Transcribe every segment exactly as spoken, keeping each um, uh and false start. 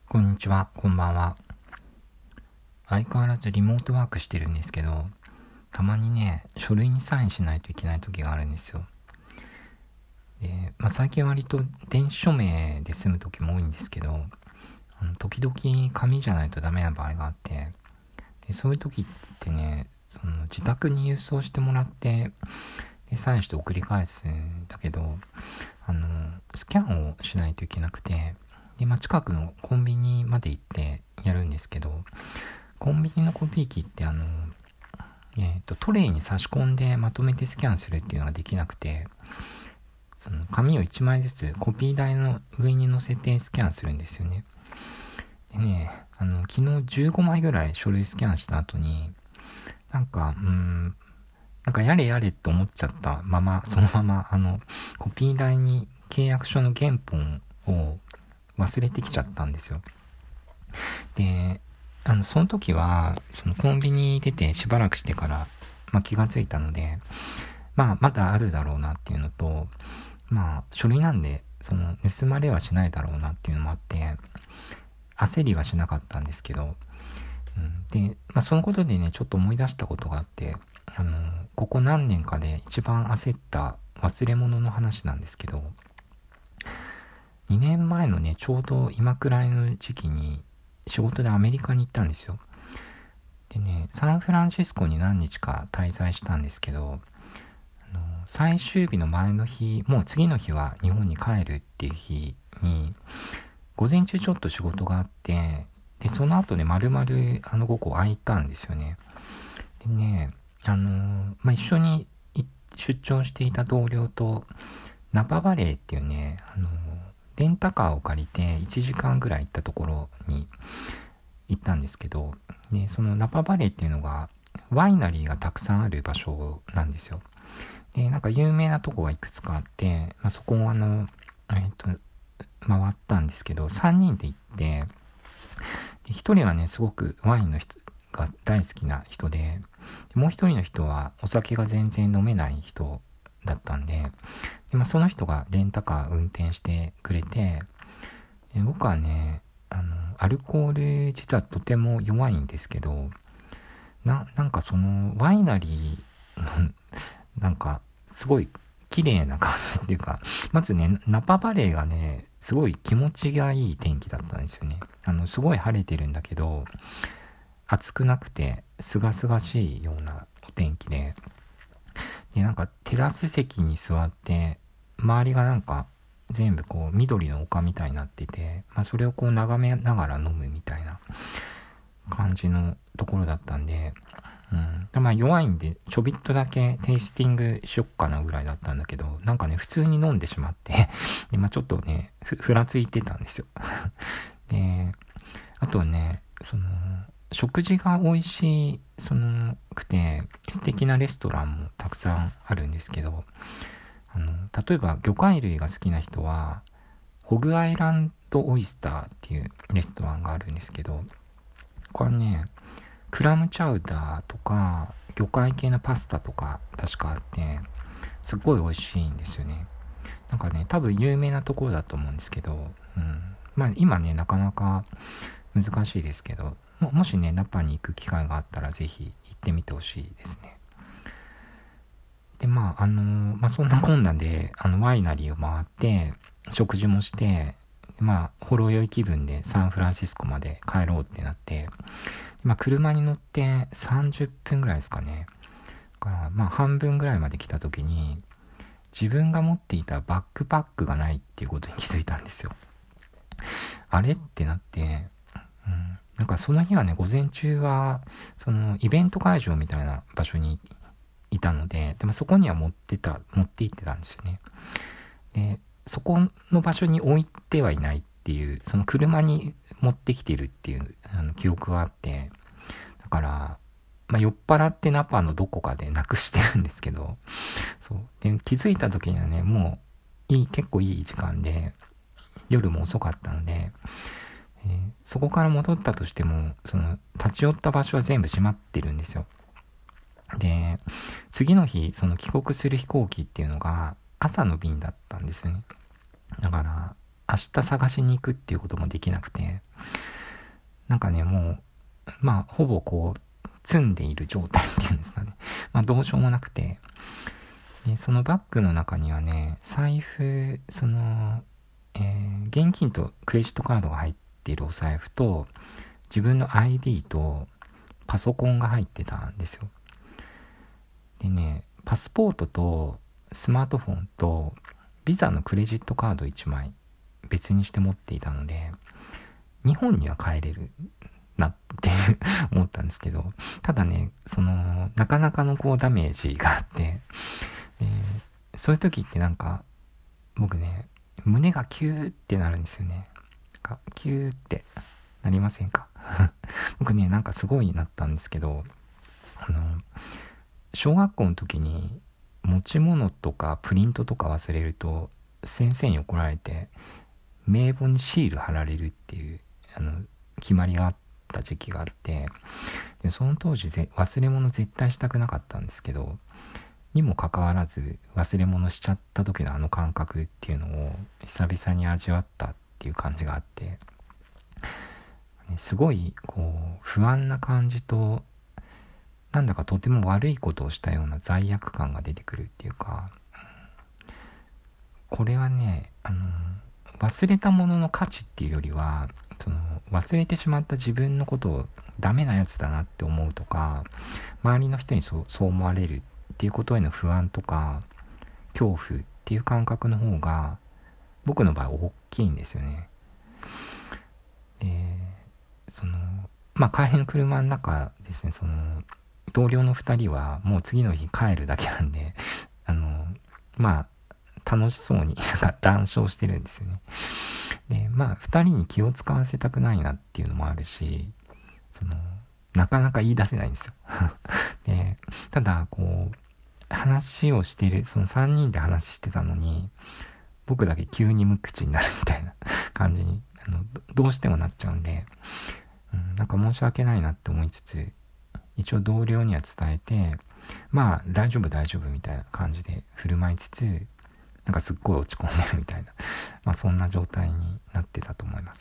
こんにちは、こんばんは。相変わらずリモートワークしてるんですけど、たまにね、書類にサインしないといけない時があるんですよ。で、まあ、最近割と電子署名で済む時も多いんですけど、あの時々紙じゃないとダメな場合があって、でそういう時ってね、その自宅に郵送してもらって、でサインして送り返すんだけど、あの、スキャンをしないといけなくて、で、まあ、近くのコンビニまで行ってやるんですけど、コンビニのコピー機ってあの、えっと、トレイに差し込んでまとめてスキャンするっていうのができなくて、その紙をいちまいずつコピー台の上に乗せてスキャンするんですよね。でね、あの、昨日じゅうごまいぐらい書類スキャンした後に、なんか、うーん、なんかやれやれと思っちゃったまま、そのまま、あの、コピー台に契約書の原本を忘れてきちゃったんですよ。で、あの、その時は、そのコンビニ出てしばらくしてから、まあ気がついたので、まあまだあるだろうなっていうのと、まあ書類なんで、その盗まれはしないだろうなっていうのもあって、焦りはしなかったんですけど、うん、で、まあそのことでね、ちょっと思い出したことがあって、あの、ここ何年かで一番焦った忘れ物の話なんですけど、にねんまえのね、ちょうど今くらいの時期に仕事でアメリカに行ったんですよ。でね、サンフランシスコに何日か滞在したんですけど、あの最終日の前の日、もう次の日は日本に帰るっていう日に、午前中ちょっと仕事があって、で、その後ね、丸々あの午後空いたんですよね。でね、あのまあ、一緒に出張していた同僚と、ナパバレーっていうね、あのレンタカーを借りていちじかんぐらい行ったところに行ったんですけど、で、そのナパバレーっていうのがワイナリーがたくさんある場所なんですよ。で、なんか有名なとこがいくつかあって、まあ、そこをあの、えっと、回ったんですけど、さんにんで行って、で、ひとりはね、すごくワインの人が大好きな人で、でもうひとりの人はお酒が全然飲めない人だったんで、でまあ、その人がレンタカー運転してくれて、で僕はね、あの、アルコール実はとても弱いんですけど、な、なんかそのワイナリー、なんかすごい綺麗な感じっていうか、まずね、ナパバレーがね、すごい気持ちがいい天気だったんですよね。あの、すごい晴れてるんだけど、暑くなくて、すがすがしいようなお天気で、で、なんかテラス席に座って、周りがなんか全部こう緑の丘みたいになってて、まあそれをこう眺めながら飲むみたいな感じのところだったんで、うん。でまあ弱いんで、ちょびっとだけテイスティングしよっかなぐらいだったんだけど、なんかね、普通に飲んでしまってで、まあちょっとね、ふ、ふらついてたんですよで、あとね、その、食事が美味しい、その、くて、素敵なレストランもたくさんあるんですけど、あの、例えば魚介類が好きな人は、ホグアイランドオイスターっていうレストランがあるんですけど、これね、クラムチャウダーとか、魚介系のパスタとか確かあって、すっごい美味しいんですよね。なんかね、多分有名なところだと思うんですけど、うん。まあ今ね、なかなか難しいですけど、も、もしね、ナパに行く機会があったらぜひ行ってみてほしいですね。で、まあ、あのーまあそんなこんなで、あの、ワイナリーを回って、食事もして、まあ、ほろ酔い気分でサンフランシスコまで帰ろうってなって、まあ、車に乗ってさんじゅっぷんぐらいですかね。だから、まあ、半分ぐらいまで来た時に、自分が持っていたバックパックがないっていうことに気づいたんですよ。あれってなって、うん、なんかその日はね、午前中は、そのイベント会場みたいな場所にいたので、でもそこには持ってた、持って行ってたんですよね。で、そこの場所に置いてはいないっていう、その車に持ってきてるっていうあの記憶があって、だから、まあ、酔っ払ってナパのどこかでなくしてるんですけど、そう。で、気づいた時にはね、もう、いい、結構いい時間で、夜も遅かったので、えーそこから戻ったとしても、その、立ち寄った場所は全部閉まってるんですよ。で、次の日、その帰国する飛行機っていうのが、朝の便だったんですよね。だから、明日探しに行くっていうこともできなくて、 なんかね、もう、まあ、ほぼこう、積んでいる状態っていうんですかね。まあ、どうしようもなくて。で、そのバッグの中にはね、財布、その、えー、現金とクレジットカードが入っているお財布と、自分の アイディー とパソコンが入ってたんですよ。でね、パスポートとスマートフォンとビザのクレジットカードいちまい別にして持っていたので、日本には帰れるなって思ったんですけど、ただね、そのなかなかのこうダメージがあって、でそういう時ってなんか僕ね、胸がキューってなるんですよね。なんかキューってなりませんか？僕ね、なんかすごいなったんですけど、あの小学校の時に持ち物とかプリントとか忘れると先生に怒られて名簿にシール貼られるっていうあの決まりがあった時期があって、でその当時ぜ忘れ物絶対したくなかったんですけど、にもかかわらず忘れ物しちゃった時のあの感覚っていうのを久々に味わったっていう感じがあって、ね、すごいこう不安な感じと、なんだかとても悪いことをしたような罪悪感が出てくるっていうか、これはね、あの忘れたものの価値っていうよりは、その忘れてしまった自分のことをダメなやつだなって思うとか、周りの人にそう、そう思われるっていうことへの不安とか恐怖っていう感覚の方が僕の場合大きいんですよね。で、そのまあ帰りの車の中ですね、その同僚のふたりはもう次の日帰るだけなんで、あのまあ楽しそうになんか談笑してるんですよね。で、まあふたりに気を使わせたくないなっていうのもあるし、そのなかなか言い出せないんですよ。で、ただこう話をしてる、そのさんにんで話してたのに、僕だけ急に無口になるみたいな感じにあの ど, どうしてもなっちゃうんで、うん、なんか申し訳ないなって思いつつ、一応同僚には伝えて、まあ大丈夫大丈夫みたいな感じで振る舞いつつ、なんかすっごい落ち込んでるみたいな、まあそんな状態になってたと思います。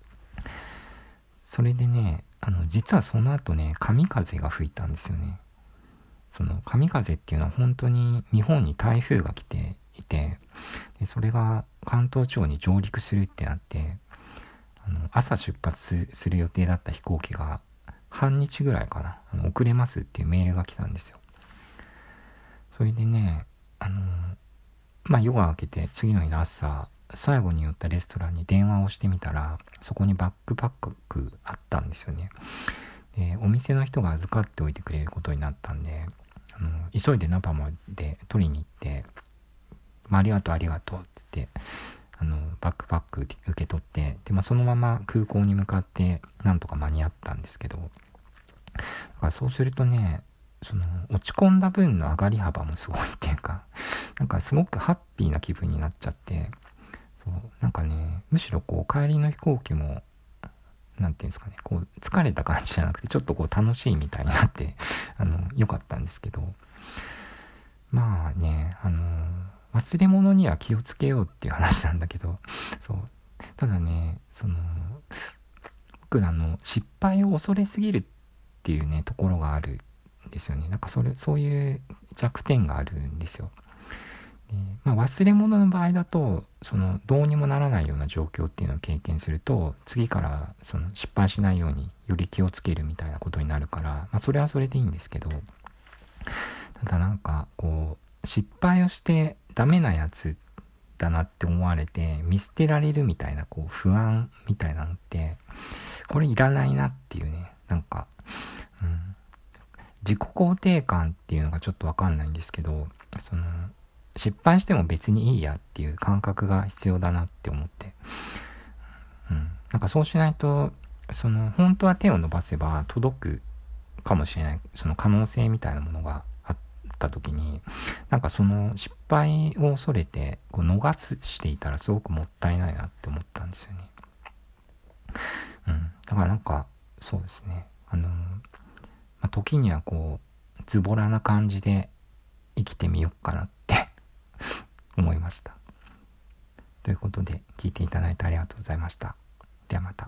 それでね、あの実はその後ね、神風が吹いたんですよね。その神風っていうのは本当に日本に台風が来ていて、でそれが関東地方に上陸するってなって、あの朝出発する予定だった飛行機が半日ぐらいかな、あの遅れますっていうメールが来たんですよ。それでね、あのまあ夜が明けて次の日の朝、最後に寄ったレストランに電話をしてみたら、そこにバックパックあったんですよね。で、お店の人が預かっておいてくれることになったんで、あの急いでナパまで取りに行って、まあ、ありがとうありがとうって言って、あのバックパック受け取って、で、まあ、そのまま空港に向かってなんとか間に合ったんですけど、だからそうするとね、その落ち込んだ分の上がり幅もすごいっていうか、なんかすごくハッピーな気分になっちゃって、そうなんかね、むしろこう帰りの飛行機もなんていうんですかね、こう疲れた感じじゃなくて、ちょっとこう楽しいみたいになってあの良かったんですけど、まあね、あの忘れ物には気をつけようっていう話なんだけど、そうただね、その僕あの失敗を恐れすぎるっていうねところがあるんですよね。なんかそれそういう弱点があるんですよ。で、まあ、忘れ物の場合だとそのどうにもならないような状況っていうのを経験すると、次からその失敗しないようにより気をつけるみたいなことになるから、まあ、それはそれでいいんですけど、ただなんかこう失敗をしてダメなやつだなって思われて見捨てられるみたいなこう不安みたいなのって、これいらないなっていうね、なんか、うん、自己肯定感っていうのがちょっとわかんないんですけど、その失敗しても別にいいやっていう感覚が必要だなって思って、うん、なんかそうしないと、その本当は手を伸ばせば届くかもしれない、その可能性みたいなものがあった時に、なんかその失敗を恐れてこう逃していたらすごくもったいないなって思ったんですよね。うん、だからなんかそうですね、あの、まあ、時にはこうズボラな感じで生きてみようかなって思いました。ということで聞いていただいてありがとうございました。ではまた。